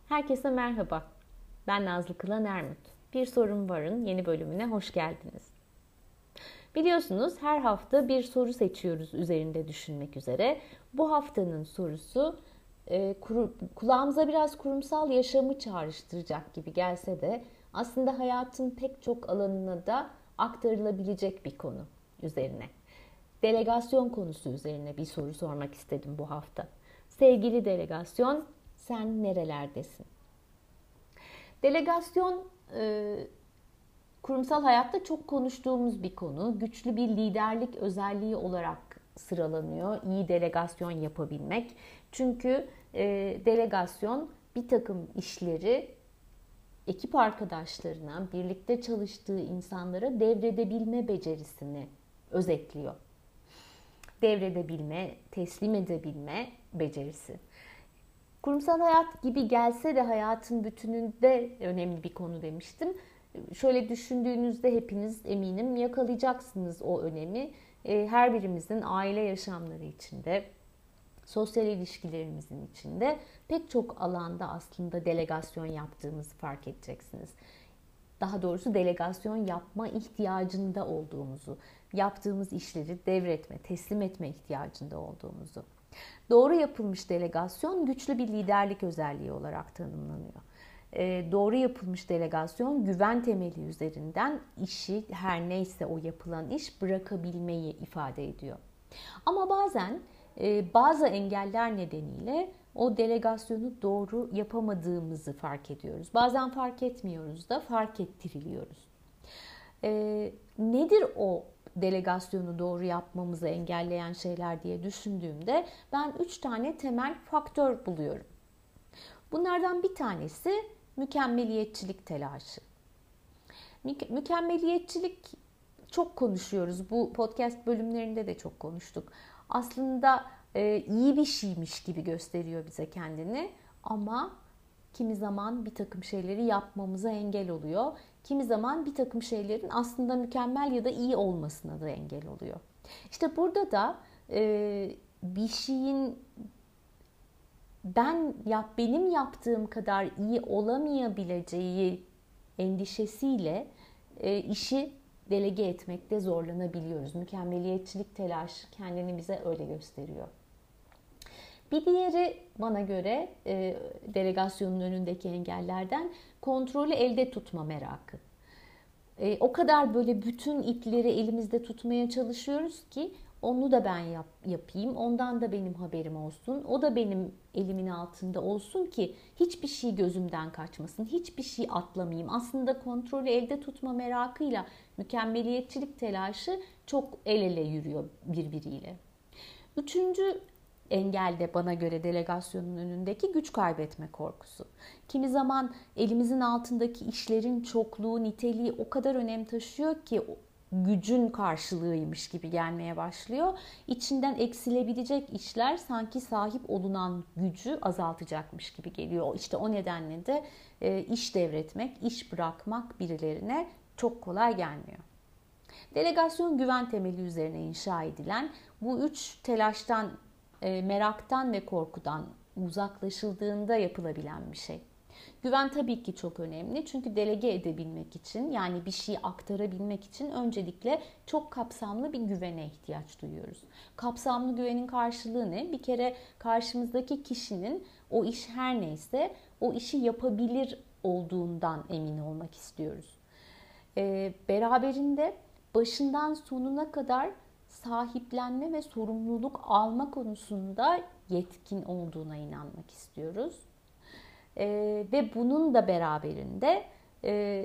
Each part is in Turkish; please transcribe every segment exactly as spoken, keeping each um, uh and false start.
Herkese merhaba. Ben Nazlı Kılan Ermut. Bir Sorun Var'ın yeni bölümüne hoş geldiniz. Biliyorsunuz her hafta bir soru seçiyoruz üzerinde düşünmek üzere. Bu haftanın sorusu e, kuru, kulağımıza biraz kurumsal yaşamı çağrıştıracak gibi gelse de aslında hayatın pek çok alanına da aktarılabilecek bir konu üzerine. Delegasyon konusu üzerine bir soru sormak istedim bu hafta. Sevgili delegasyon, sen nerelerdesin? Delegasyon e, kurumsal hayatta çok konuştuğumuz bir konu. Güçlü bir liderlik özelliği olarak sıralanıyor. İyi delegasyon yapabilmek. Çünkü e, delegasyon bir takım işleri ekip arkadaşlarına, birlikte çalıştığı insanlara devredebilme becerisini özetliyor. Devredebilme, teslim edebilme becerisi. Kurumsal hayat gibi gelse de hayatın bütününde önemli bir konu demiştim. Şöyle düşündüğünüzde hepiniz eminim yakalayacaksınız o önemi. Her birimizin aile yaşamları içinde, sosyal ilişkilerimizin içinde pek çok alanda aslında delegasyon yaptığımızı fark edeceksiniz. Daha doğrusu delegasyon yapma ihtiyacında olduğumuzu, yaptığımız işleri devretme, teslim etme ihtiyacında olduğumuzu. Doğru yapılmış delegasyon güçlü bir liderlik özelliği olarak tanımlanıyor. E, doğru yapılmış delegasyon güven temeli üzerinden işi, her neyse o yapılan iş, bırakabilmeyi ifade ediyor. Ama bazen e, bazı engeller nedeniyle o delegasyonu doğru yapamadığımızı fark ediyoruz. Bazen fark etmiyoruz da fark ettiriliyoruz. E, nedir o delegasyonu doğru yapmamızı engelleyen şeyler diye düşündüğümde ben üç tane temel faktör buluyorum. Bunlardan bir tanesi mükemmeliyetçilik telaşı. Mü- mükemmeliyetçilik çok konuşuyoruz. Bu podcast bölümlerinde de çok konuştuk. Aslında e, iyi bir şeymiş gibi gösteriyor bize kendini ama kimi zaman bir takım şeyleri yapmamıza engel oluyor. Kimi zaman bir takım şeylerin aslında mükemmel ya da iyi olmasına da engel oluyor. İşte burada da e, bir şeyin ben yap benim yaptığım kadar iyi olamayabileceği endişesiyle e, işi delege etmekte zorlanabiliyoruz. Mükemmeliyetçilik telaşı kendini bize öyle gösteriyor. Bir diğeri bana göre e, delegasyonun önündeki engellerden kontrolü elde tutma merakı. E, o kadar böyle bütün ipleri elimizde tutmaya çalışıyoruz ki onu da ben yap, yapayım, ondan da benim haberim olsun, o da benim elimin altında olsun ki hiçbir şey gözümden kaçmasın, hiçbir şey atlamayayım. Aslında kontrolü elde tutma merakıyla mükemmeliyetçilik telaşı çok el ele yürüyor birbiriyle. Üçüncü engel de bana göre delegasyonun önündeki güç kaybetme korkusu. Kimi zaman elimizin altındaki işlerin çokluğu, niteliği o kadar önem taşıyor ki gücün karşılığıymış gibi gelmeye başlıyor. İçinden eksilebilecek işler sanki sahip olunan gücü azaltacakmış gibi geliyor. İşte o nedenle de iş devretmek, iş bırakmak birilerine çok kolay gelmiyor. Delegasyon güven temeli üzerine inşa edilen bu üç telaştan, meraktan ve korkudan uzaklaşıldığında yapılabilen bir şey. Güven tabii ki çok önemli çünkü delege edebilmek için, yani bir şeyi aktarabilmek için öncelikle çok kapsamlı bir güvene ihtiyaç duyuyoruz. Kapsamlı güvenin karşılığı ne? Bir kere karşımızdaki kişinin o iş her neyse o işi yapabilir olduğundan emin olmak istiyoruz. Ee, beraberinde başından sonuna kadar sahiplenme ve sorumluluk alma konusunda yetkin olduğuna inanmak istiyoruz. Ee, ve bunun da beraberinde e,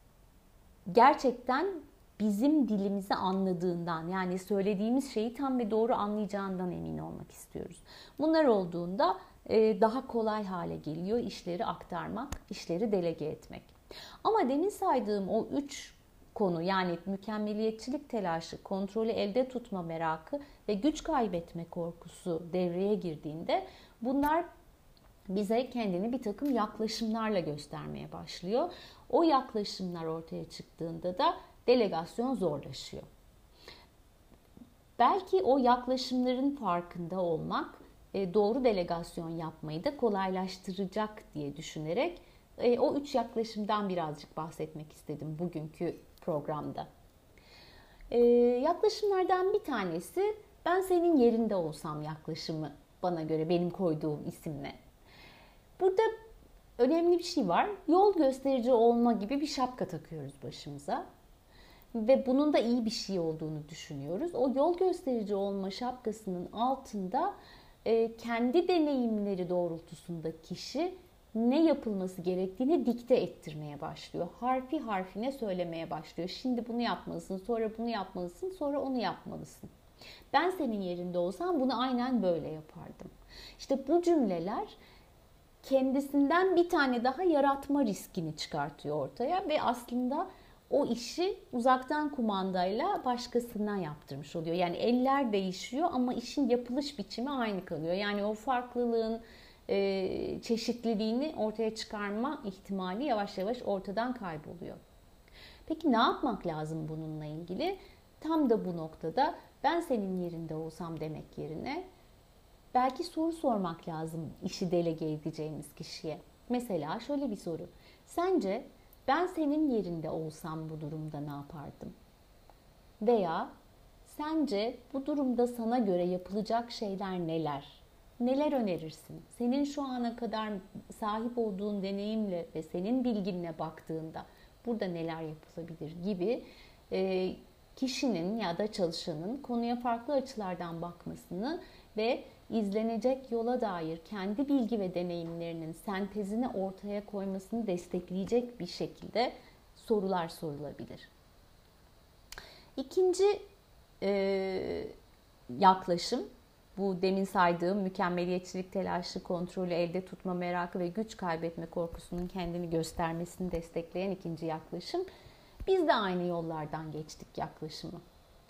gerçekten bizim dilimizi anladığından, yani söylediğimiz şeyi tam ve doğru anlayacağından emin olmak istiyoruz. Bunlar olduğunda e, daha kolay hale geliyor işleri aktarmak, işleri delege etmek. Ama demin saydığım o üç konu, yani mükemmeliyetçilik telaşı, kontrolü elde tutma merakı ve güç kaybetme korkusu devreye girdiğinde bunlar bize kendini bir takım yaklaşımlarla göstermeye başlıyor. O yaklaşımlar ortaya çıktığında da delegasyon zorlaşıyor. Belki o yaklaşımların farkında olmak doğru delegasyon yapmayı da kolaylaştıracak diye düşünerek o üç yaklaşımdan birazcık bahsetmek istedim bugünkü programda. Yaklaşımlardan bir tanesi ben senin yerinde olsam yaklaşımı, bana göre benim koyduğum isimle. Burada önemli bir şey var. Yol gösterici olma gibi bir şapka takıyoruz başımıza. Ve bunun da iyi bir şey olduğunu düşünüyoruz. O yol gösterici olma şapkasının altında e, kendi deneyimleri doğrultusunda kişi ne yapılması gerektiğini dikte ettirmeye başlıyor. Harfi harfine söylemeye başlıyor. Şimdi bunu yapmalısın, sonra bunu yapmalısın, sonra onu yapmalısın. Ben senin yerinde olsam bunu aynen böyle yapardım. İşte bu cümleler kendisinden bir tane daha yaratma riskini çıkartıyor ortaya ve aslında o işi uzaktan kumandayla başkasından yaptırmış oluyor. Yani eller değişiyor ama işin yapılış biçimi aynı kalıyor. Yani o farklılığın e, çeşitliliğini ortaya çıkarma ihtimali yavaş yavaş ortadan kayboluyor. Peki ne yapmak lazım bununla ilgili? Tam da bu noktada ben senin yerinde olsam demek yerine belki soru sormak lazım işi delege edeceğimiz kişiye. Mesela şöyle bir soru. Sence ben senin yerinde olsam bu durumda ne yapardım? Veya sence bu durumda sana göre yapılacak şeyler neler? Neler önerirsin? Senin şu ana kadar sahip olduğun deneyimle ve senin bilginle baktığında burada neler yapılabilir gibi e, kişinin ya da çalışanın konuya farklı açılardan bakmasını ve izlenecek yola dair kendi bilgi ve deneyimlerinin sentezini ortaya koymasını destekleyecek bir şekilde sorular sorulabilir. İkinci e, yaklaşım, bu demin saydığım mükemmeliyetçilik telaşı, kontrolü elde tutma merakı ve güç kaybetme korkusunun kendini göstermesini destekleyen ikinci yaklaşım. Biz de aynı yollardan geçtik yaklaşımı.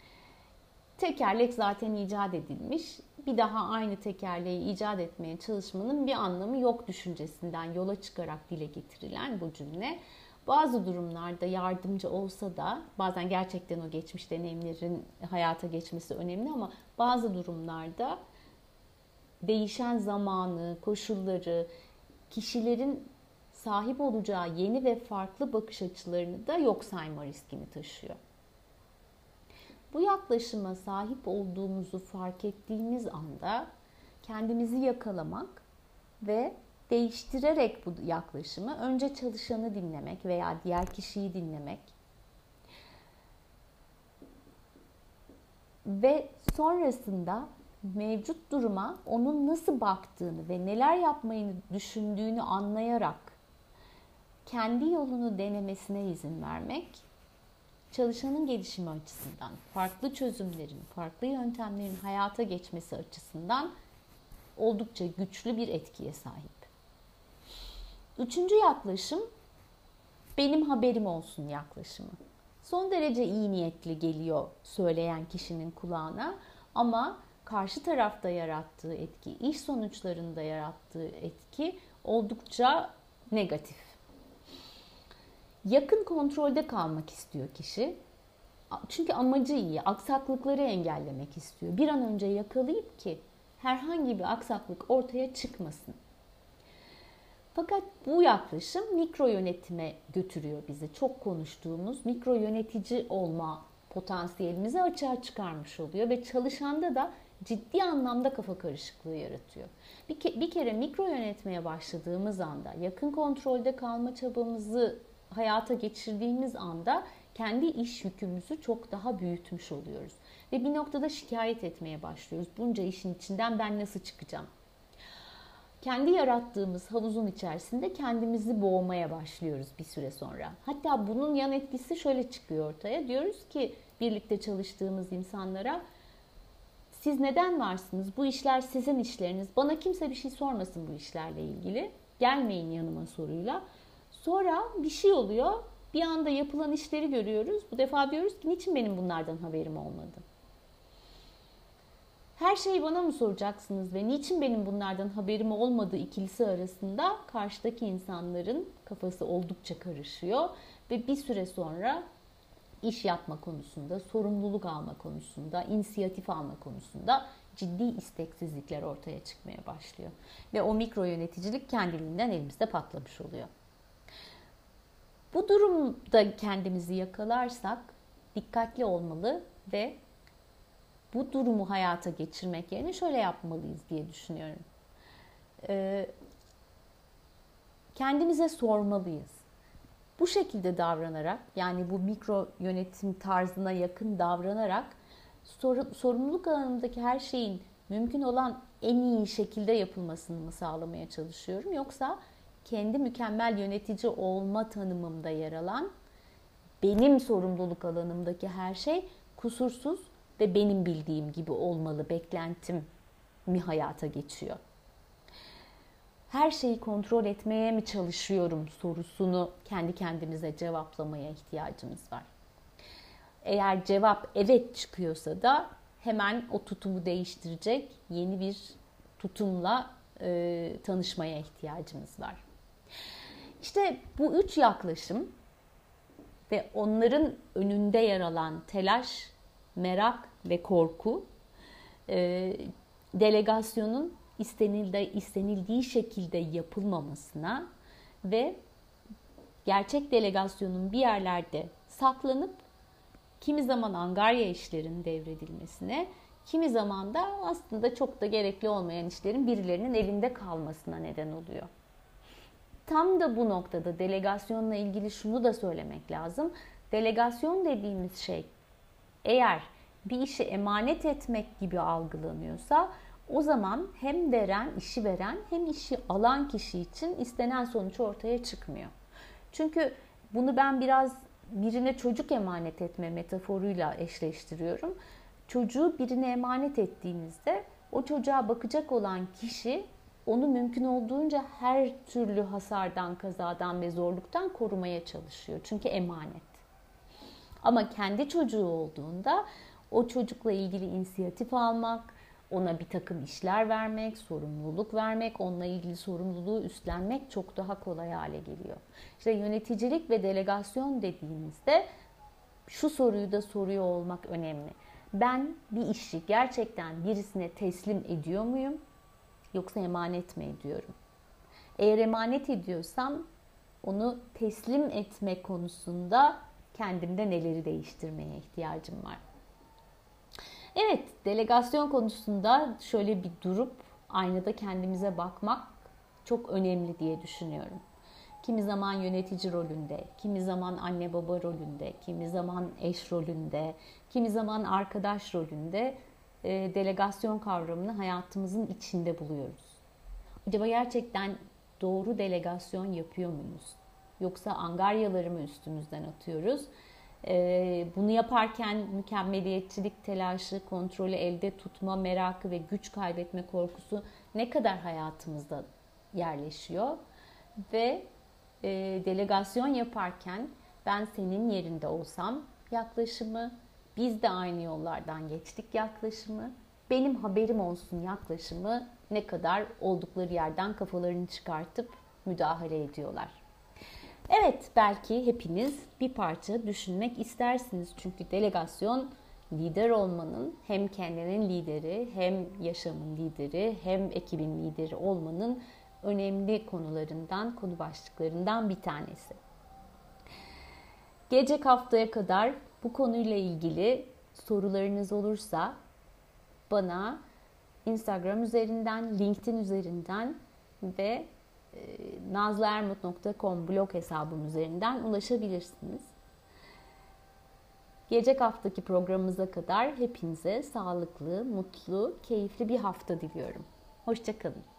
Tekerlek zaten icat edilmiş. Bir daha aynı tekerleği icat etmeye çalışmanın bir anlamı yok düşüncesinden yola çıkarak dile getirilen bu cümle bazı durumlarda yardımcı olsa da bazen gerçekten o geçmiş deneyimlerin hayata geçmesi önemli ama bazı durumlarda değişen zamanı, koşulları, kişilerin sahip olacağı yeni ve farklı bakış açılarını da yok sayma riskini taşıyor. Bu yaklaşıma sahip olduğumuzu fark ettiğimiz anda kendimizi yakalamak ve değiştirerek bu yaklaşımı önce çalışanı dinlemek veya diğer kişiyi dinlemek ve sonrasında mevcut duruma onun nasıl baktığını ve neler yapmayı düşündüğünü anlayarak kendi yolunu denemesine izin vermek çalışanın gelişimi açısından, farklı çözümlerin, farklı yöntemlerin hayata geçmesi açısından oldukça güçlü bir etkiye sahip. Üçüncü yaklaşım, benim haberim olsun yaklaşımı. Son derece iyi niyetli geliyor söyleyen kişinin kulağına ama karşı tarafta yarattığı etki, iş sonuçlarında yarattığı etki oldukça negatif. Yakın kontrolde kalmak istiyor kişi. Çünkü amacı iyi, aksaklıkları engellemek istiyor. Bir an önce yakalayıp ki herhangi bir aksaklık ortaya çıkmasın. Fakat bu yaklaşım mikro yönetime götürüyor bizi. Çok konuştuğumuz mikro yönetici olma potansiyelimizi açığa çıkarmış oluyor ve çalışanda da ciddi anlamda kafa karışıklığı yaratıyor. Bir, ke- bir kere mikro yönetmeye başladığımız anda, yakın kontrolde kalma çabamızı hayata geçirdiğimiz anda kendi iş yükümüzü çok daha büyütmüş oluyoruz. Ve bir noktada şikayet etmeye başlıyoruz. Bunca işin içinden ben nasıl çıkacağım? Kendi yarattığımız havuzun içerisinde kendimizi boğmaya başlıyoruz bir süre sonra. Hatta bunun yan etkisi şöyle çıkıyor ortaya. Diyoruz ki birlikte çalıştığımız insanlara, siz neden varsınız? Bu işler sizin işleriniz. Bana kimse bir şey sormasın bu işlerle ilgili. Gelmeyin yanıma soruyla. Sonra bir şey oluyor. Bir anda yapılan işleri görüyoruz. Bu defa diyoruz ki niçin benim bunlardan haberim olmadı? Her şeyi bana mı soracaksınız ve niçin benim bunlardan haberim olmadığı ikilisi arasında karşıdaki insanların kafası oldukça karışıyor. Ve bir süre sonra iş yapma konusunda, sorumluluk alma konusunda, inisiyatif alma konusunda ciddi isteksizlikler ortaya çıkmaya başlıyor. Ve o mikro yöneticilik kendiliğinden elimizde patlamış oluyor. Bu durumda kendimizi yakalarsak dikkatli olmalı ve bu durumu hayata geçirmek yerine şöyle yapmalıyız diye düşünüyorum. Ee, kendimize sormalıyız. Bu şekilde davranarak, yani bu mikro yönetim tarzına yakın davranarak sor, sorumluluk alanımdaki her şeyin mümkün olan en iyi şekilde yapılmasını mı sağlamaya çalışıyorum? Yoksa kendi mükemmel yönetici olma tanımımda yer alan benim sorumluluk alanımdaki her şey kusursuz ve benim bildiğim gibi olmalı beklentim mi hayata geçiyor? Her şeyi kontrol etmeye mi çalışıyorum sorusunu kendi kendimize cevaplamaya ihtiyacımız var. Eğer cevap evet çıkıyorsa da hemen o tutumu değiştirecek yeni bir tutumla e, tanışmaya ihtiyacımız var. İşte bu üç yaklaşım ve onların önünde yer alan telaş, merak ve korku e, delegasyonun istenildiği, istenildiği şekilde yapılmamasına ve gerçek delegasyonun bir yerlerde saklanıp kimi zaman angarya işlerin devredilmesine, kimi zaman da aslında çok da gerekli olmayan işlerin birilerinin elinde kalmasına neden oluyor. Tam da bu noktada delegasyonla ilgili şunu da söylemek lazım. Delegasyon dediğimiz şey eğer bir işi emanet etmek gibi algılanıyorsa o zaman hem veren, işi veren hem işi alan kişi için istenen sonuç ortaya çıkmıyor. Çünkü bunu ben biraz birine çocuk emanet etme metaforuyla eşleştiriyorum. Çocuğu birine emanet ettiğinizde o çocuğa bakacak olan kişi onu mümkün olduğunca her türlü hasardan, kazadan ve zorluktan korumaya çalışıyor. Çünkü emanet. Ama kendi çocuğu olduğunda o çocukla ilgili inisiyatif almak, ona bir takım işler vermek, sorumluluk vermek, onunla ilgili sorumluluğu üstlenmek çok daha kolay hale geliyor. İşte yöneticilik ve delegasyon dediğimizde şu soruyu da soruyor olmak önemli. Ben bir işi gerçekten birisine teslim ediyor muyum? Yoksa emanet mi ediyorum? Eğer emanet ediyorsam onu teslim etme konusunda kendimde neleri değiştirmeye ihtiyacım var? Evet, delegasyon konusunda şöyle bir durup aynada kendimize bakmak çok önemli diye düşünüyorum. Kimi zaman yönetici rolünde, kimi zaman anne baba rolünde, kimi zaman eş rolünde, kimi zaman arkadaş rolünde e, delegasyon kavramını hayatımızın içinde buluyoruz. Acaba gerçekten doğru delegasyon yapıyor muyuz? Yoksa angaryaları mı üstümüzden atıyoruz? Ee, bunu yaparken mükemmeliyetçilik telaşı, kontrolü elde tutma merakı ve güç kaybetme korkusu ne kadar hayatımızda yerleşiyor? Ve e, delegasyon yaparken ben senin yerinde olsam yaklaşımı, biz de aynı yollardan geçtik yaklaşımı, benim haberim olsun yaklaşımı ne kadar oldukları yerden kafalarını çıkartıp müdahale ediyorlar. Evet, belki hepiniz bir parça düşünmek istersiniz. Çünkü delegasyon lider olmanın hem kendinin lideri, hem yaşamın lideri, hem ekibin lideri olmanın önemli konularından, konu başlıklarından bir tanesi. Gelecek haftaya kadar bu konuyla ilgili sorularınız olursa bana Instagram üzerinden, LinkedIn üzerinden ve nazlı ermut nokta com blog hesabım üzerinden ulaşabilirsiniz. Gelecek haftaki programımıza kadar hepinize sağlıklı, mutlu, keyifli bir hafta diliyorum. Hoşça kalın.